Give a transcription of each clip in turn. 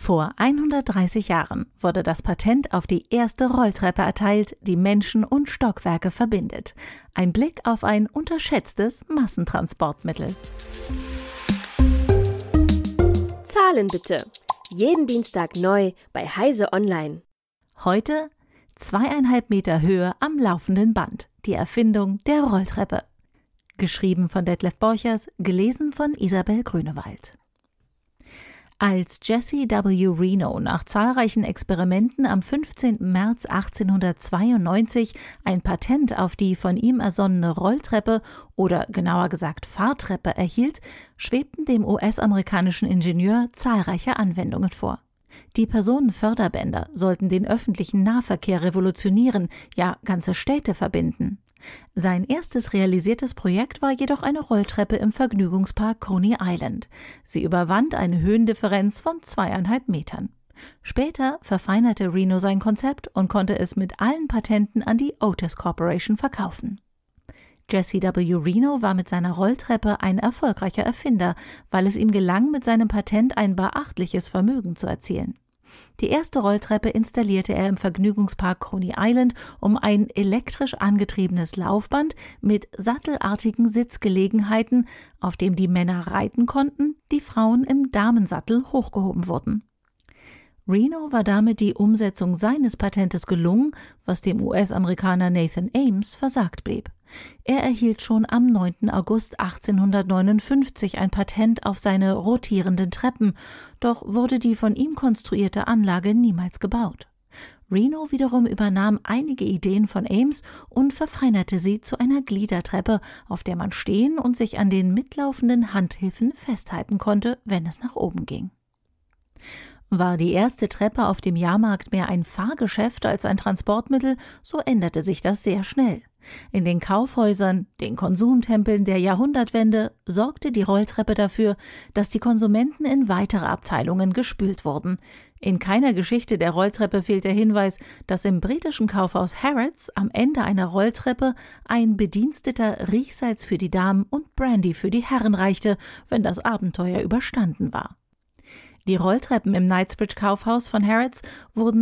Vor 130 Jahren wurde das Patent auf die erste Rolltreppe erteilt, die Menschen und Stockwerke verbindet. Ein Blick auf ein unterschätztes Massentransportmittel. Zahlen bitte. Jeden Dienstag neu bei Heise Online. Heute 2,5 Meter Höhe am laufenden Band. Die Erfindung der Rolltreppe. Geschrieben von Detlef Borchers, gelesen von Isabel Grünewald. Als Jesse W. Reno nach zahlreichen Experimenten am 15. März 1892 ein Patent auf die von ihm ersonnene Rolltreppe oder genauer gesagt Fahrtreppe erhielt, schwebten dem US-amerikanischen Ingenieur zahlreiche Anwendungen vor. Die Personenförderbänder sollten den öffentlichen Nahverkehr revolutionieren, ja ganze Städte verbinden. Sein erstes realisiertes Projekt war jedoch eine Rolltreppe im Vergnügungspark Coney Island. Sie überwand eine Höhendifferenz von 2,5 Metern. Später verfeinerte Reno sein Konzept und konnte es mit allen Patenten an die Otis Corporation verkaufen. Jesse W. Reno war mit seiner Rolltreppe ein erfolgreicher Erfinder, weil es ihm gelang, mit seinem Patent ein beachtliches Vermögen zu erzielen. Die erste Rolltreppe installierte er im Vergnügungspark Coney Island, um ein elektrisch angetriebenes Laufband mit sattelartigen Sitzgelegenheiten, auf dem die Männer reiten konnten, die Frauen im Damensattel hochgehoben wurden. Reno war damit die Umsetzung seines Patentes gelungen, was dem US-Amerikaner Nathan Ames versagt blieb. Er erhielt schon am 9. August 1859 ein Patent auf seine rotierenden Treppen, doch wurde die von ihm konstruierte Anlage niemals gebaut. Reno wiederum übernahm einige Ideen von Ames und verfeinerte sie zu einer Gliedertreppe, auf der man stehen und sich an den mitlaufenden Handhilfen festhalten konnte, wenn es nach oben ging. War die erste Treppe auf dem Jahrmarkt mehr ein Fahrgeschäft als ein Transportmittel, so änderte sich das sehr schnell. In den Kaufhäusern, den Konsumtempeln der Jahrhundertwende, sorgte die Rolltreppe dafür, dass die Konsumenten in weitere Abteilungen gespült wurden. In keiner Geschichte der Rolltreppe fehlt der Hinweis, dass im britischen Kaufhaus Harrods am Ende einer Rolltreppe ein Bediensteter Riechsalz für die Damen und Brandy für die Herren reichte, wenn das Abenteuer überstanden war. Die Rolltreppen im Knightsbridge-Kaufhaus von Harrods wurden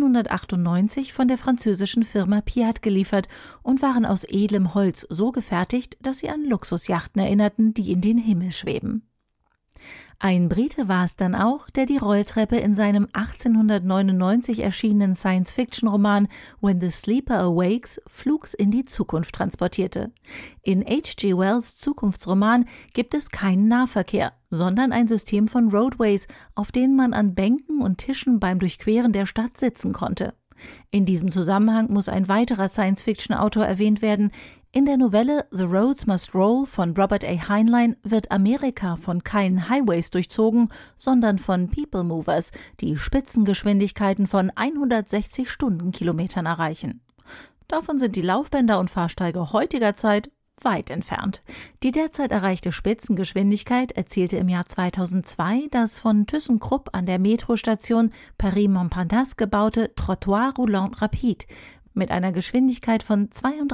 1898 von der französischen Firma Piat geliefert und waren aus edlem Holz so gefertigt, dass sie an Luxusjachten erinnerten, die in den Himmel schweben. Ein Brite war es dann auch, der die Rolltreppe in seinem 1899 erschienenen Science-Fiction-Roman When the Sleeper Awakes flugs in die Zukunft transportierte. In H.G. Wells' Zukunftsroman gibt es keinen Nahverkehr, sondern ein System von Roadways, auf denen man an Bänken und Tischen beim Durchqueren der Stadt sitzen konnte. In diesem Zusammenhang muss ein weiterer Science-Fiction-Autor erwähnt werden. In der Novelle The Roads Must Roll von Robert A. Heinlein wird Amerika von keinen Highways durchzogen, sondern von People Movers, die Spitzengeschwindigkeiten von 160 Stundenkilometern erreichen. Davon sind die Laufbänder und Fahrsteige heutiger Zeit weit entfernt. Die derzeit erreichte Spitzengeschwindigkeit erzielte im Jahr 2002 das von ThyssenKrupp an der Metrostation Paris-Montparnasse gebaute Trottoir Roulant Rapide mit einer Geschwindigkeit von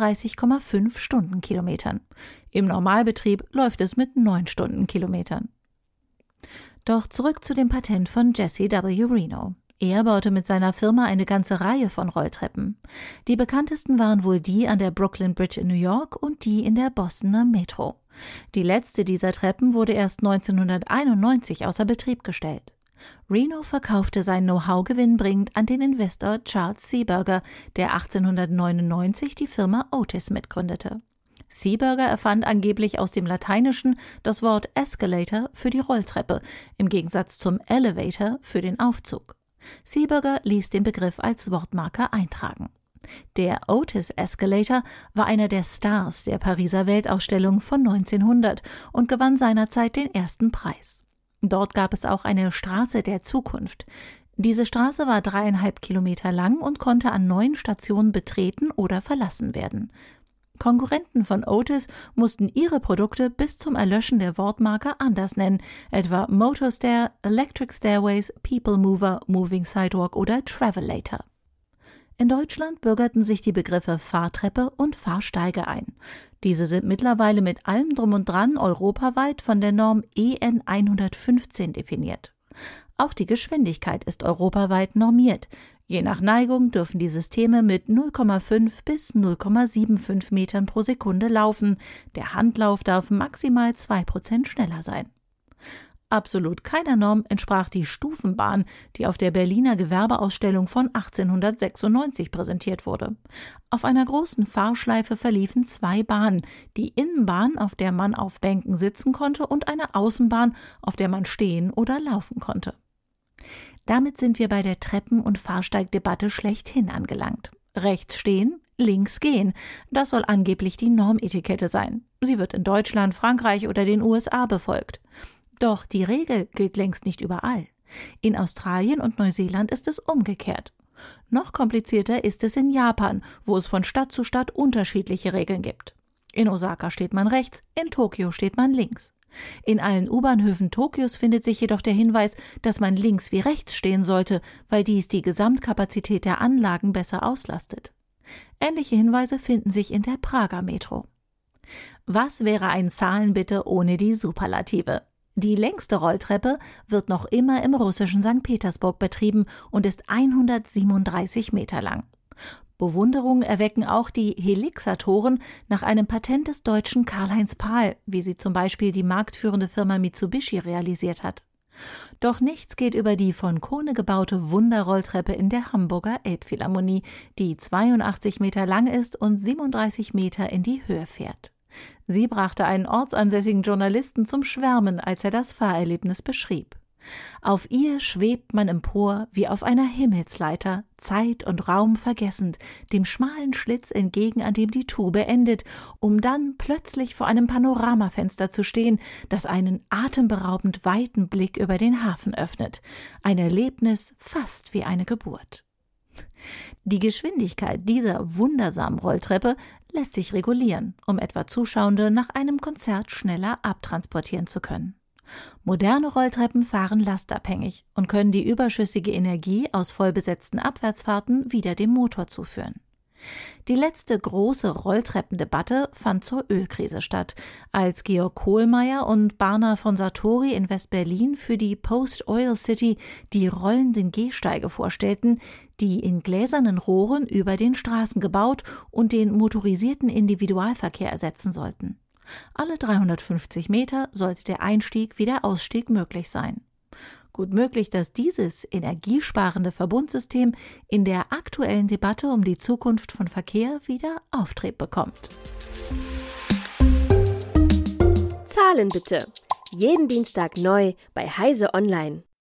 32,5 Stundenkilometern. Im Normalbetrieb läuft es mit 9 Stundenkilometern. Doch zurück zu dem Patent von Jesse W. Reno. Er baute mit seiner Firma eine ganze Reihe von Rolltreppen. Die bekanntesten waren wohl die an der Brooklyn Bridge in New York und die in der Bostoner Metro. Die letzte dieser Treppen wurde erst 1991 außer Betrieb gestellt. Reno verkaufte sein Know-how gewinnbringend an den Investor Charles Seeberger, der 1899 die Firma Otis mitgründete. Seeberger erfand angeblich aus dem Lateinischen das Wort Escalator für die Rolltreppe, im Gegensatz zum Elevator für den Aufzug. Seeberger ließ den Begriff als Wortmarke eintragen. Der Otis Escalator war einer der Stars der Pariser Weltausstellung von 1900 und gewann seinerzeit den ersten Preis. Dort gab es auch eine Straße der Zukunft. Diese Straße war 3,5 Kilometer lang und konnte an 9 Stationen betreten oder verlassen werden. Konkurrenten von Otis mussten ihre Produkte bis zum Erlöschen der Wortmarke anders nennen, etwa Motorstair, Electric Stairways, People Mover, Moving Sidewalk oder Travelator. In Deutschland bürgerten sich die Begriffe Fahrtreppe und Fahrsteige ein. Diese sind mittlerweile mit allem Drum und Dran europaweit von der Norm EN 115 definiert. Auch die Geschwindigkeit ist europaweit normiert. Je nach Neigung dürfen die Systeme mit 0,5 bis 0,75 Metern pro Sekunde laufen. Der Handlauf darf maximal 2% schneller sein. Absolut keiner Norm entsprach die Stufenbahn, die auf der Berliner Gewerbeausstellung von 1896 präsentiert wurde. Auf einer großen Fahrschleife verliefen 2 Bahnen, die Innenbahn, auf der man auf Bänken sitzen konnte, und eine Außenbahn, auf der man stehen oder laufen konnte. Damit sind wir bei der Treppen- und Fahrsteigdebatte schlechthin angelangt. Rechts stehen, links gehen. Das soll angeblich die Normetikette sein. Sie wird in Deutschland, Frankreich oder den USA befolgt. Doch die Regel gilt längst nicht überall. In Australien und Neuseeland ist es umgekehrt. Noch komplizierter ist es in Japan, wo es von Stadt zu Stadt unterschiedliche Regeln gibt. In Osaka steht man rechts, in Tokio steht man links. In allen U-Bahnhöfen Tokios findet sich jedoch der Hinweis, dass man links wie rechts stehen sollte, weil dies die Gesamtkapazität der Anlagen besser auslastet. Ähnliche Hinweise finden sich in der Prager Metro. Was wäre ein Zahlen bitte ohne die Superlative? Die längste Rolltreppe wird noch immer im russischen St. Petersburg betrieben und ist 137 Meter lang. Bewunderung erwecken auch die Helixatoren nach einem Patent des Deutschen Karl-Heinz Pahl, wie sie zum Beispiel die marktführende Firma Mitsubishi realisiert hat. Doch nichts geht über die von Kone gebaute Wunderrolltreppe in der Hamburger Elbphilharmonie, die 82 Meter lang ist und 37 Meter in die Höhe fährt. Sie brachte einen ortsansässigen Journalisten zum Schwärmen, als er das Fahrerlebnis beschrieb. Auf ihr schwebt man empor wie auf einer Himmelsleiter, Zeit und Raum vergessend, dem schmalen Schlitz entgegen, an dem die Tube endet, um dann plötzlich vor einem Panoramafenster zu stehen, das einen atemberaubend weiten Blick über den Hafen öffnet. Ein Erlebnis fast wie eine Geburt. Die Geschwindigkeit dieser wundersamen Rolltreppe lässt sich regulieren, um etwa Zuschauende nach einem Konzert schneller abtransportieren zu können. Moderne Rolltreppen fahren lastabhängig und können die überschüssige Energie aus vollbesetzten Abwärtsfahrten wieder dem Motor zuführen. Die letzte große Rolltreppendebatte fand zur Ölkrise statt, als Georg Kohlmeier und Barna von Sartori in West-Berlin für die Post-Oil City die rollenden Gehsteige vorstellten, die in gläsernen Rohren über den Straßen gebaut und den motorisierten Individualverkehr ersetzen sollten. Alle 350 Meter sollte der Einstieg wie der Ausstieg möglich sein. Gut möglich, dass dieses energiesparende Verbundsystem in der aktuellen Debatte um die Zukunft von Verkehr wieder Auftrieb bekommt. Zahlen bitte. Jeden Dienstag neu bei Heise Online.